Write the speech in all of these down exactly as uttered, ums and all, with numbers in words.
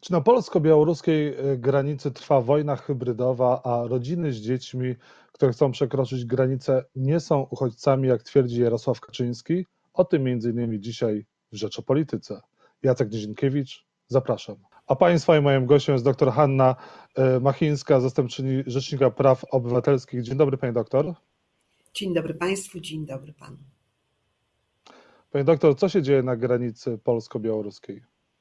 Czy na polsko-białoruskiej e, granicy trwa wojna hybrydowa, a rodziny z dziećmi, które chcą przekroczyć granicę, nie są uchodźcami, jak twierdzi Jarosław Kaczyński? O tym między innymi dzisiaj w Rzecz o Polityce. Jacek Nizinkiewicz, zapraszam. A Państwa i moim gościem jest dr Hanna e, Machińska, zastępczyni Rzecznika Praw Obywatelskich. Dzień dobry, Pani doktor. Dzień dobry Państwu, dzień dobry Panu. Pani doktor, co się dzieje na granicy polsko-białoruskiej?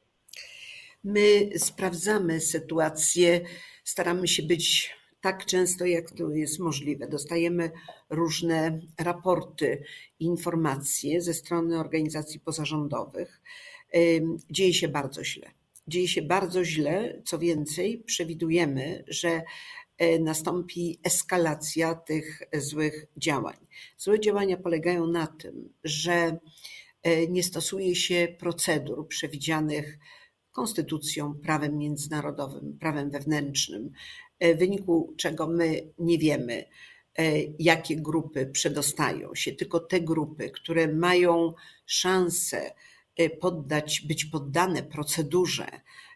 My sprawdzamy sytuację, staramy się być tak często, jak to jest możliwe. Dostajemy różne raporty i informacje ze strony organizacji pozarządowych. Dzieje się bardzo źle. Dzieje się bardzo źle, co więcej, przewidujemy, że nastąpi eskalacja tych złych działań. Złe działania polegają na tym, że nie stosuje się procedur przewidzianych konstytucją, prawem międzynarodowym, prawem wewnętrznym, w wyniku czego my nie wiemy, jakie grupy przedostają się, tylko te grupy, które mają szansę poddać, być poddane procedurze,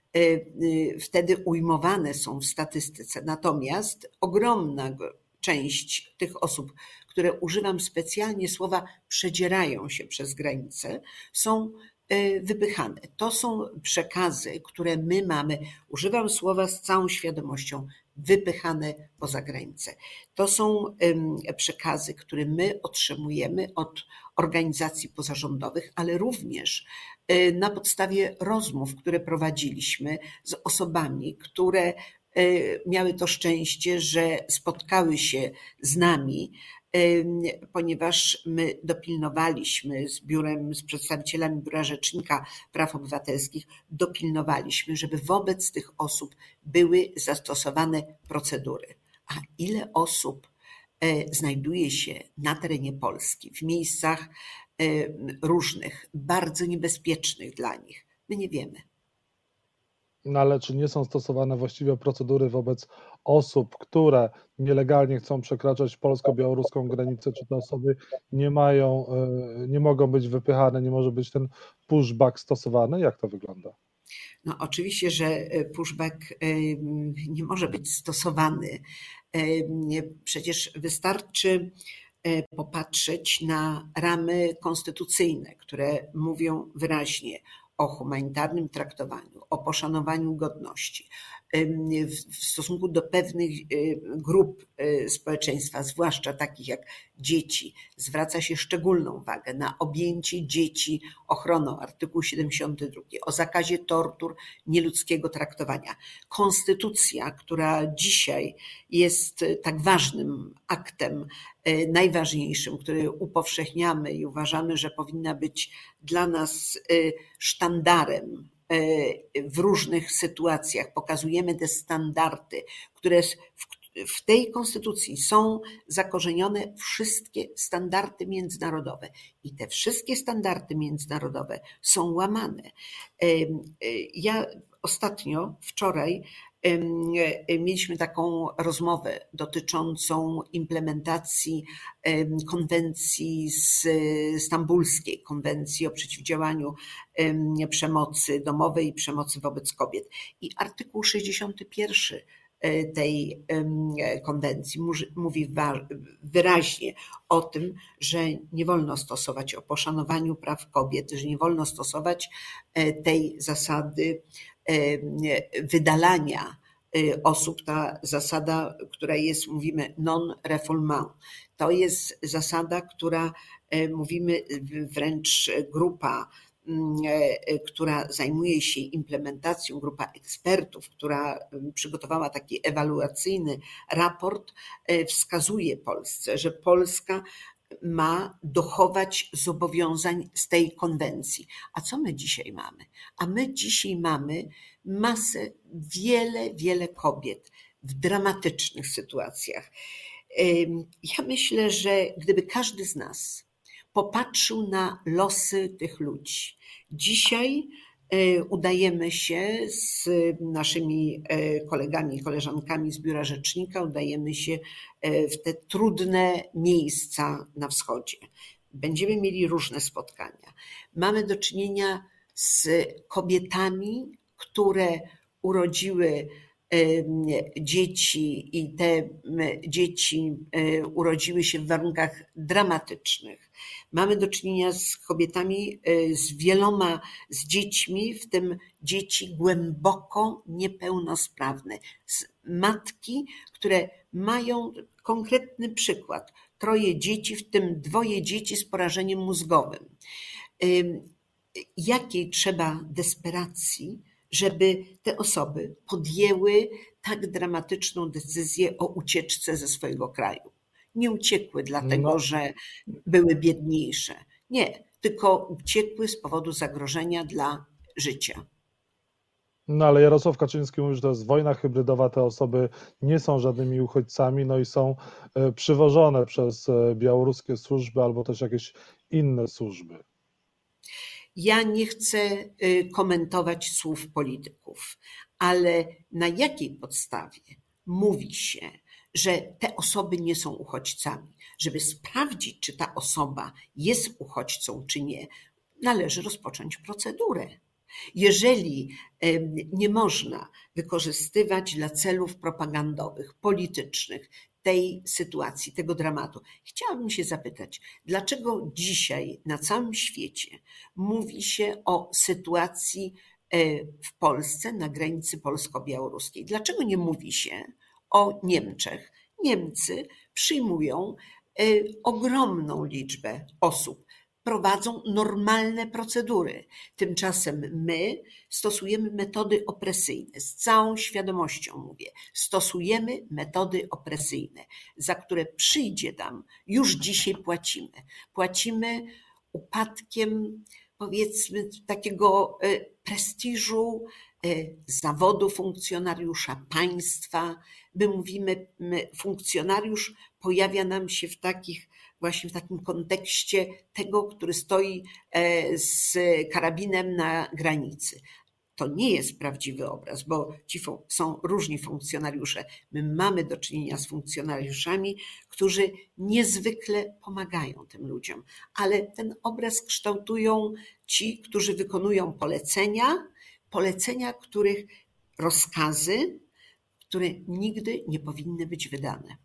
wtedy ujmowane są w statystyce. Natomiast ogromna część tych osób, które używam specjalnie słowa przedzierają się przez granicę, są wypychane. To są przekazy, które my mamy, używam słowa z całą świadomością, wypychane poza granicę. To są przekazy, które my otrzymujemy od organizacji pozarządowych, ale również na podstawie rozmów, które prowadziliśmy z osobami, które miały to szczęście, że spotkały się z nami, ponieważ my dopilnowaliśmy z biurem, z przedstawicielami Biura Rzecznika Praw Obywatelskich, dopilnowaliśmy, żeby wobec tych osób były zastosowane procedury. A ile osób znajduje się na terenie Polski, w miejscach różnych, bardzo niebezpiecznych dla nich, my nie wiemy. No ale czy nie są stosowane właściwie procedury wobec osób, które nielegalnie chcą przekraczać polsko-białoruską granicę, czy te osoby nie mają, nie mogą być wypychane, nie może być ten pushback stosowany? Jak to wygląda? No oczywiście, że pushback nie może być stosowany. Przecież wystarczy popatrzeć na ramy konstytucyjne, które mówią wyraźnie o humanitarnym traktowaniu, o poszanowaniu godności. W stosunku do pewnych grup społeczeństwa, zwłaszcza takich jak dzieci, zwraca się szczególną uwagę na objęcie dzieci ochroną, artykuł siedemdziesiąty drugi, o zakazie tortur, nieludzkiego traktowania. Konstytucja, która dzisiaj jest tak ważnym aktem, najważniejszym, który upowszechniamy i uważamy, że powinna być dla nas sztandarem w różnych sytuacjach. Pokazujemy te standardy, które w tej konstytucji są zakorzenione, wszystkie standardy międzynarodowe. I te wszystkie standardy międzynarodowe są łamane. Ja ostatnio, wczoraj, mieliśmy taką rozmowę dotyczącą implementacji konwencji stambulskiej, konwencji o przeciwdziałaniu przemocy domowej i przemocy wobec kobiet. I artykuł sześćdziesiąty pierwszy tej konwencji mówi wyraźnie o tym, że nie wolno stosować o poszanowaniu praw kobiet, że nie wolno stosować tej zasady wydalania osób, ta zasada, która jest, mówimy, non-refoulement. To jest zasada, która, mówimy, wręcz grupa, która zajmuje się implementacją, grupa ekspertów, która przygotowała taki ewaluacyjny raport, wskazuje Polsce, że Polska ma dochować zobowiązań z tej konwencji. A co my dzisiaj mamy? A my dzisiaj mamy masę, wiele, wiele kobiet w dramatycznych sytuacjach. Ja myślę, że gdyby każdy z nas popatrzył na losy tych ludzi. Dzisiaj udajemy się z naszymi kolegami i koleżankami z Biura Rzecznika, udajemy się w te trudne miejsca na wschodzie. Będziemy mieli różne spotkania. Mamy do czynienia z kobietami, które urodziły dzieci i te dzieci urodziły się w warunkach dramatycznych. Mamy do czynienia z kobietami, z wieloma, z dziećmi, w tym dzieci głęboko niepełnosprawne. Z matki, które mają konkretny przykład. Troje dzieci, w tym dwoje dzieci z porażeniem mózgowym. Jakiej trzeba desperacji, żeby te osoby podjęły tak dramatyczną decyzję o ucieczce ze swojego kraju. Nie uciekły dlatego, no. że były biedniejsze. Nie, tylko uciekły z powodu zagrożenia dla życia. No ale Jarosław Kaczyński mówi, że to jest wojna hybrydowa, te osoby nie są żadnymi uchodźcami, no i są przywożone przez białoruskie służby albo też jakieś inne służby. Ja nie chcę komentować słów polityków, ale na jakiej podstawie mówi się, że te osoby nie są uchodźcami? Żeby sprawdzić, czy ta osoba jest uchodźcą, czy nie, należy rozpocząć procedurę. Jeżeli nie można wykorzystywać dla celów propagandowych, politycznych tej sytuacji, tego dramatu, chciałabym się zapytać, dlaczego dzisiaj na całym świecie mówi się o sytuacji w Polsce na granicy polsko-białoruskiej? Dlaczego nie mówi się o Niemczech? Niemcy przyjmują ogromną liczbę osób, prowadzą normalne procedury. Tymczasem my stosujemy metody opresyjne. Z całą świadomością mówię, stosujemy metody opresyjne, za które przyjdzie nam, już dzisiaj płacimy. Płacimy upadkiem, powiedzmy, takiego prestiżu zawodu funkcjonariusza państwa. My mówimy, my, funkcjonariusz pojawia nam się w takich właśnie w takim kontekście tego, który stoi z karabinem na granicy. To nie jest prawdziwy obraz, bo ci są różni funkcjonariusze. My mamy do czynienia z funkcjonariuszami, którzy niezwykle pomagają tym ludziom, ale ten obraz kształtują ci, którzy wykonują polecenia, polecenia, których rozkazy, które nigdy nie powinny być wydane.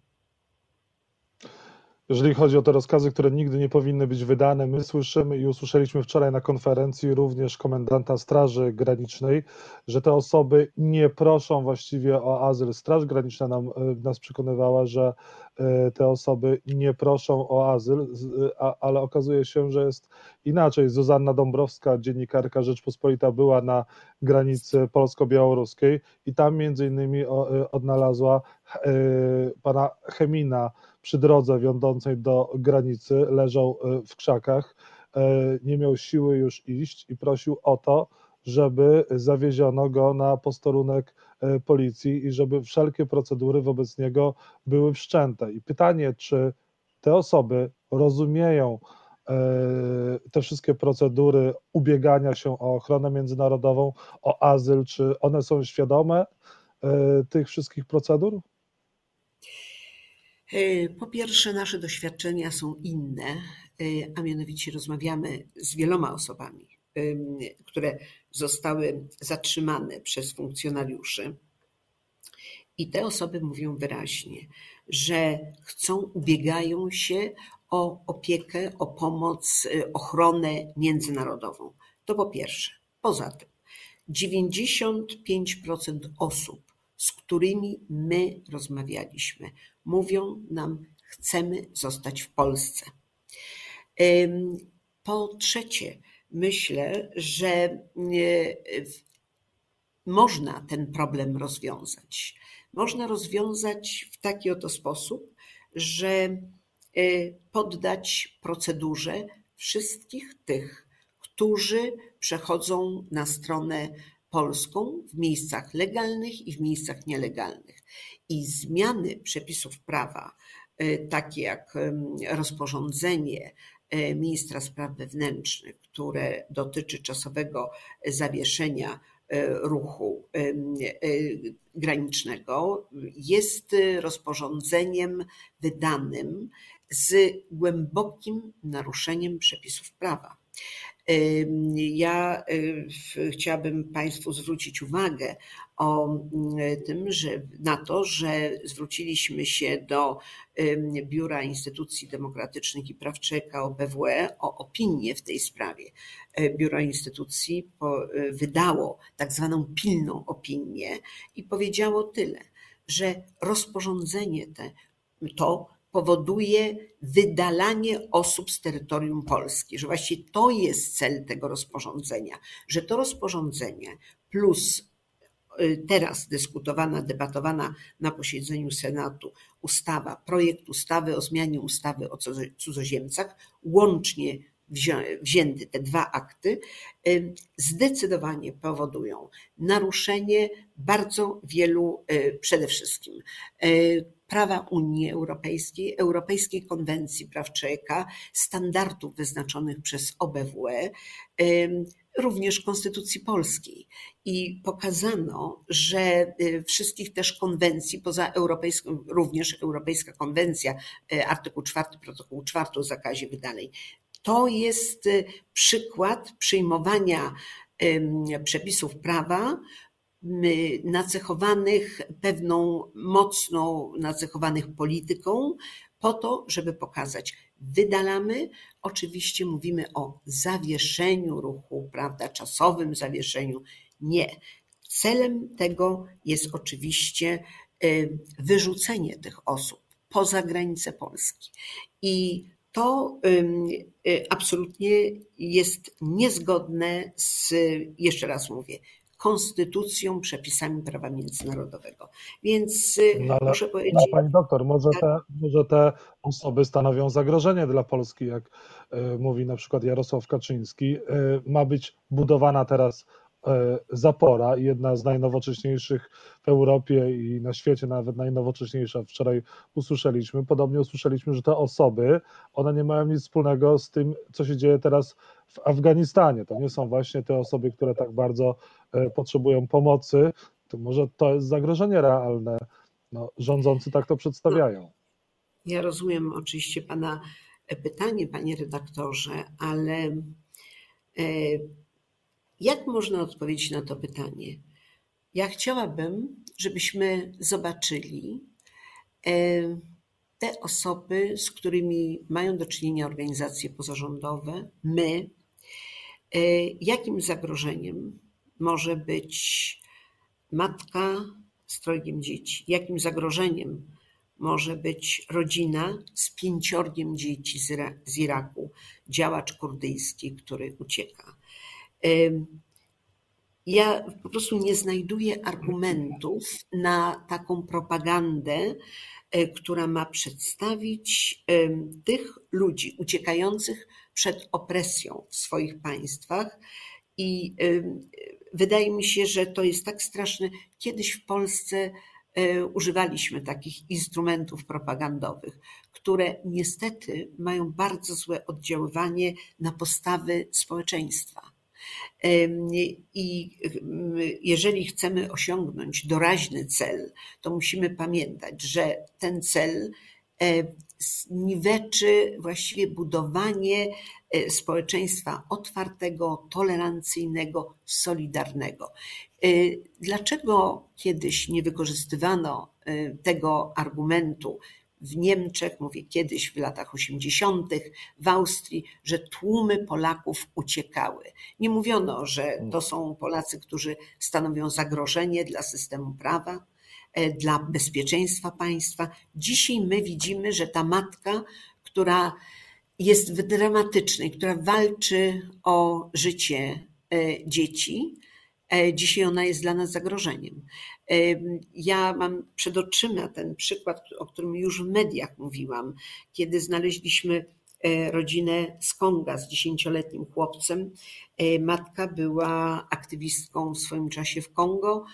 Jeżeli chodzi o te rozkazy, które nigdy nie powinny być wydane, my słyszymy i usłyszeliśmy wczoraj na konferencji również komendanta Straży Granicznej, że te osoby nie proszą właściwie o azyl. Straż Graniczna nam, nas przekonywała, że te osoby nie proszą o azyl, ale okazuje się, że jest inaczej. Zuzanna Dąbrowska, dziennikarka Rzeczpospolita, była na granicy polsko-białoruskiej i tam między innymi odnalazła pana Chemina przy drodze wiodącej do granicy, leżał w krzakach, nie miał siły już iść i prosił o to, żeby zawieziono go na posterunek policji i żeby wszelkie procedury wobec niego były wszczęte. I pytanie, czy te osoby rozumieją te wszystkie procedury ubiegania się o ochronę międzynarodową, o azyl, czy one są świadome tych wszystkich procedur? Po pierwsze, nasze doświadczenia są inne, a mianowicie rozmawiamy z wieloma osobami, które zostały zatrzymane przez funkcjonariuszy. I te osoby mówią wyraźnie, że chcą, ubiegają się o opiekę, o pomoc, ochronę międzynarodową. To po pierwsze. Poza tym dziewięćdziesiąt pięć procent osób, z którymi my rozmawialiśmy, mówią nam, chcemy zostać w Polsce. Po trzecie, myślę, że można ten problem rozwiązać. Można rozwiązać w taki oto sposób, że poddać procedurze wszystkich tych, którzy przechodzą na stronę polską w miejscach legalnych i w miejscach nielegalnych. I zmiany przepisów prawa, takie jak rozporządzenie ministra spraw wewnętrznych, które dotyczy czasowego zawieszenia ruchu granicznego, jest rozporządzeniem wydanym z głębokim naruszeniem przepisów prawa. Ja chciałabym Państwu zwrócić uwagę o tym, że na to, że zwróciliśmy się do Biura Instytucji Demokratycznych i Praw Człowieka O B W E o opinię w tej sprawie. Biuro Instytucji wydało tak zwaną pilną opinię i powiedziało tyle, że rozporządzenie te, to powoduje wydalanie osób z terytorium Polski, że właściwie to jest cel tego rozporządzenia, że to rozporządzenie plus teraz dyskutowana, debatowana na posiedzeniu Senatu ustawa, projekt ustawy o zmianie ustawy o cudzoziemcach, łącznie wzięte te dwa akty, zdecydowanie powodują naruszenie bardzo wielu, przede wszystkim prawa Unii Europejskiej, Europejskiej Konwencji Praw Człowieka, standardów wyznaczonych przez O B W E, również Konstytucji Polskiej. I pokazano, że wszystkich też konwencji poza europejską, również Europejska Konwencja, artykuł czwarty, protokół czwarty o zakazie wydaleń. To jest przykład przyjmowania przepisów prawa nacechowanych pewną mocną, nacechowanych polityką, po to, żeby pokazać, wydalamy, oczywiście mówimy o zawieszeniu ruchu, prawda, czasowym zawieszeniu. Nie. Celem tego jest oczywiście wyrzucenie tych osób poza granice Polski. I to absolutnie jest niezgodne z, jeszcze raz mówię, konstytucją, przepisami prawa międzynarodowego. Więc no ale, muszę powiedzieć... No, pani doktor, może te, może te osoby stanowią zagrożenie dla Polski, jak y, mówi na przykład Jarosław Kaczyński. Y, ma być budowana teraz y, zapora, jedna z najnowocześniejszych w Europie i na świecie, nawet najnowocześniejsza. Wczoraj usłyszeliśmy, podobnie usłyszeliśmy, że te osoby, one nie mają nic wspólnego z tym, co się dzieje teraz w Afganistanie. To nie są właśnie te osoby, które tak bardzo y, potrzebują pomocy. To może to jest zagrożenie realne. No, rządzący tak to przedstawiają. Ja rozumiem oczywiście Pana pytanie, Panie redaktorze, ale jak można odpowiedzieć na to pytanie? Ja chciałabym, żebyśmy zobaczyli te osoby, z którymi mają do czynienia organizacje pozarządowe, my, jakim zagrożeniem może być matka z trojgiem dzieci, jakim zagrożeniem może być rodzina z pięciorgiem dzieci z Iraku, działacz kurdyjski, który ucieka. Ja po prostu nie znajduję argumentów na taką propagandę, która ma przedstawić tych ludzi uciekających przed opresją w swoich państwach. I wydaje mi się, że to jest tak straszne. Kiedyś w Polsce używaliśmy takich instrumentów propagandowych, które niestety mają bardzo złe oddziaływanie na postawy społeczeństwa. I jeżeli chcemy osiągnąć doraźny cel, to musimy pamiętać, że ten cel niweczy właściwie budowanie społeczeństwa otwartego, tolerancyjnego, solidarnego. Dlaczego kiedyś nie wykorzystywano tego argumentu w Niemczech, mówię kiedyś w latach osiemdziesiątych, w Austrii, że tłumy Polaków uciekały. Nie mówiono, że to są Polacy, którzy stanowią zagrożenie dla systemu prawa, dla bezpieczeństwa państwa. Dzisiaj my widzimy, że ta matka, która jest w dramatycznej, która walczy o życie dzieci, dzisiaj ona jest dla nas zagrożeniem. Ja mam przed oczyma ten przykład, o którym już w mediach mówiłam, kiedy znaleźliśmy rodzinę z Konga z dziesięcioletnim chłopcem. Matka była aktywistką w swoim czasie w Kongo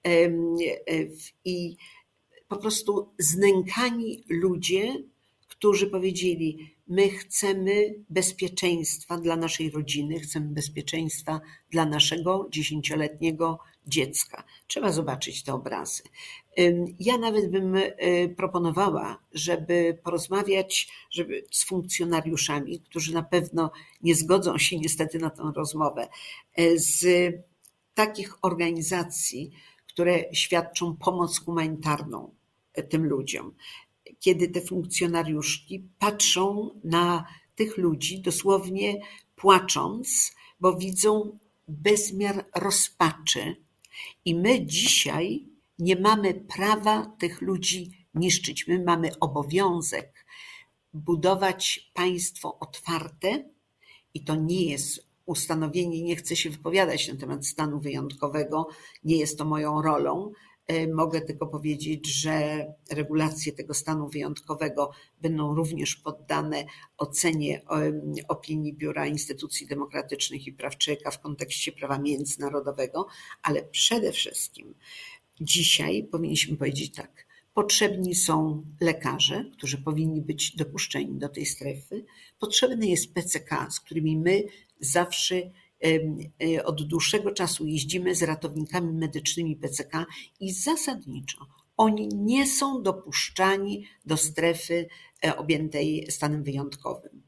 i po prostu znękani ludzie, którzy powiedzieli: my chcemy bezpieczeństwa dla naszej rodziny, chcemy bezpieczeństwa dla naszego dziesięcioletniego dziecka. Trzeba zobaczyć te obrazy. Ja nawet bym proponowała, żeby porozmawiać żeby z funkcjonariuszami, którzy na pewno nie zgodzą się niestety na tę rozmowę, z takich organizacji, które świadczą pomoc humanitarną tym ludziom. Kiedy te funkcjonariuszki patrzą na tych ludzi dosłownie płacząc, bo widzą bezmiar rozpaczy i my dzisiaj nie mamy prawa tych ludzi niszczyć. My mamy obowiązek budować państwo otwarte i to nie jest ustanowienie, nie chcę się wypowiadać na temat stanu wyjątkowego, nie jest to moją rolą. Mogę tylko powiedzieć, że regulacje tego stanu wyjątkowego będą również poddane ocenie opinii Biura Instytucji Demokratycznych i Praw Człowieka w kontekście prawa międzynarodowego, ale przede wszystkim dzisiaj powinniśmy powiedzieć tak, potrzebni są lekarze, którzy powinni być dopuszczeni do tej strefy, potrzebny jest P C K, z którymi my zawsze od dłuższego czasu jeździmy z ratownikami medycznymi P C K i zasadniczo oni nie są dopuszczani do strefy objętej stanem wyjątkowym.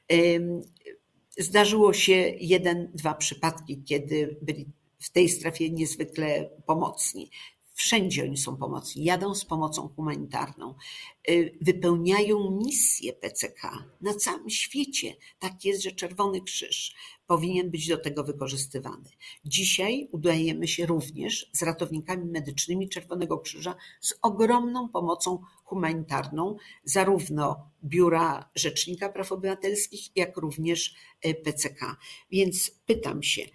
Zdarzyło się jeden, dwa przypadki, kiedy byli w tej strefie niezwykle pomocni. Wszędzie oni są pomocni, jadą z pomocą humanitarną, wypełniają misje P C K na całym świecie. Tak jest, że Czerwony Krzyż powinien być do tego wykorzystywany. Dzisiaj udajemy się również z ratownikami medycznymi Czerwonego Krzyża z ogromną pomocą humanitarną, zarówno Biura Rzecznika Praw Obywatelskich, jak również P C K. Więc pytam się,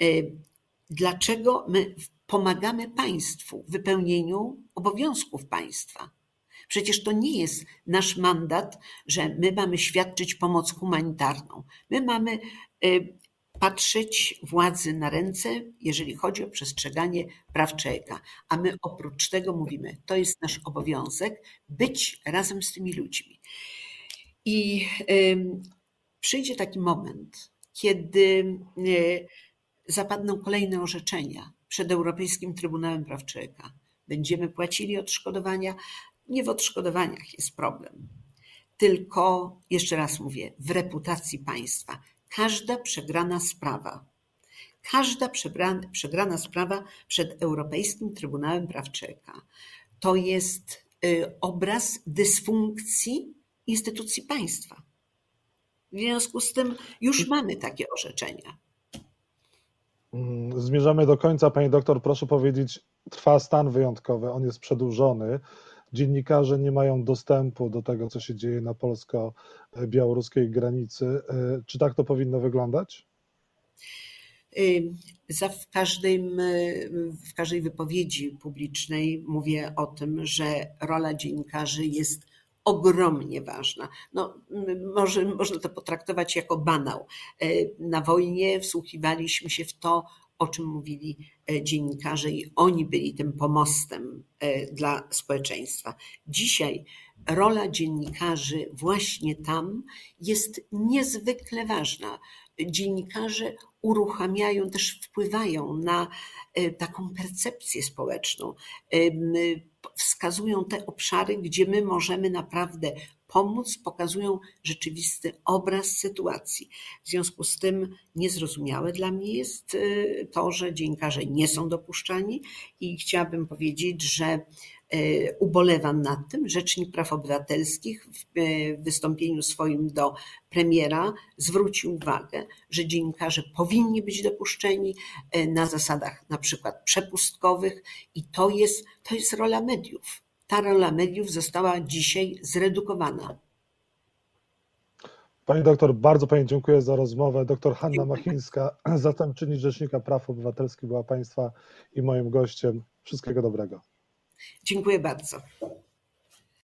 dlaczego my pomagamy państwu w wypełnieniu obowiązków państwa? Przecież to nie jest nasz mandat, że my mamy świadczyć pomoc humanitarną. My mamy patrzeć władzy na ręce, jeżeli chodzi o przestrzeganie praw człowieka. A my oprócz tego mówimy, to jest nasz obowiązek, być razem z tymi ludźmi. I przyjdzie taki moment, kiedy zapadną kolejne orzeczenia przed Europejskim Trybunałem Praw Człowieka. Będziemy płacili odszkodowania. Nie w odszkodowaniach jest problem, tylko, jeszcze raz mówię, w reputacji państwa. Każda przegrana sprawa, każda przegrana, przegrana sprawa przed Europejskim Trybunałem Praw Człowieka to jest obraz dysfunkcji instytucji państwa. W związku z tym już mamy takie orzeczenia. Zmierzamy do końca. Pani doktor, proszę powiedzieć, trwa stan wyjątkowy, on jest przedłużony. Dziennikarze nie mają dostępu do tego, co się dzieje na polsko-białoruskiej granicy. Czy tak to powinno wyglądać? W, każdym, w każdej wypowiedzi publicznej mówię o tym, że rola dziennikarzy jest ogromnie ważna. No, może, można to potraktować jako banał. Na wojnie wsłuchiwaliśmy się w to, o czym mówili dziennikarze i oni byli tym pomostem dla społeczeństwa. Dzisiaj rola dziennikarzy właśnie tam jest niezwykle ważna. Dziennikarze uruchamiają, też wpływają na taką percepcję społeczną, wskazują te obszary, gdzie my możemy naprawdę pomóc, pokazują rzeczywisty obraz sytuacji. W związku z tym niezrozumiałe dla mnie jest to, że dziennikarze nie są dopuszczani i chciałabym powiedzieć, że ubolewam nad tym. Rzecznik Praw Obywatelskich w wystąpieniu swoim do premiera zwrócił uwagę, że dziennikarze powinni być dopuszczeni na zasadach na przykład przepustkowych i to jest, to jest rola mediów. Ta rola mediów została dzisiaj zredukowana. Pani doktor, bardzo Pani dziękuję za rozmowę. Doktor Hanna Machińska, zastępczyni Rzecznika Praw Obywatelskich, była Państwa i moim gościem. Wszystkiego dobrego. Dziękuję bardzo.